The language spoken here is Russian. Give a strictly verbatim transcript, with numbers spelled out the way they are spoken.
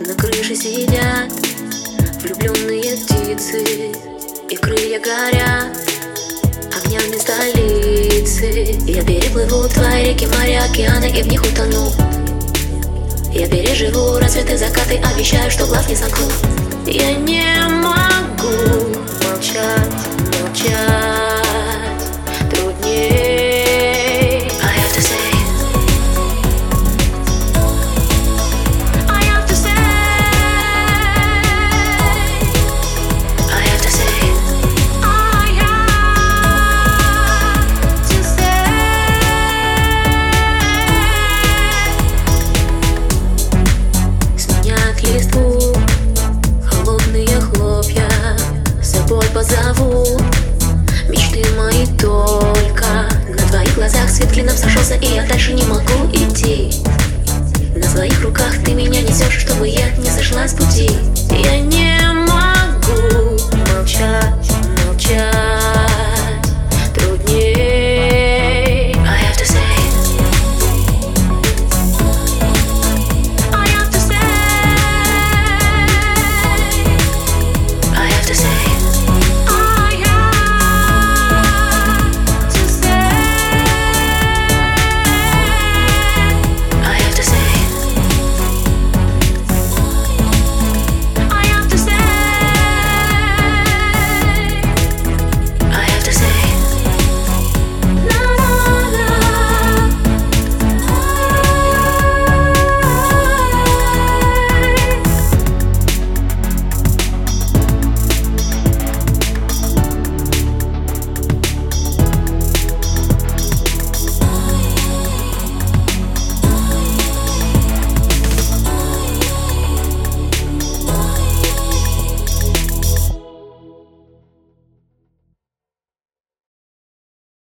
На крыше сидят влюбленные птицы, и крылья горят огнями столицы. Я переплыву твои реки, моря, океаны и в них утону. Я переживу рассветы, закаты, обещаю, что глаз не сомкну. Я не могу молчать, молчать трудней. I have to say, I have to say, I have to say, I have to say. Сменят листву холодные хлопья, с собой позову мечты мои только. На твоих глазах свет клином сошелся, и я дальше не могу идти. На своих руках ты меня несешь, чтобы я не сошла с пути. Я не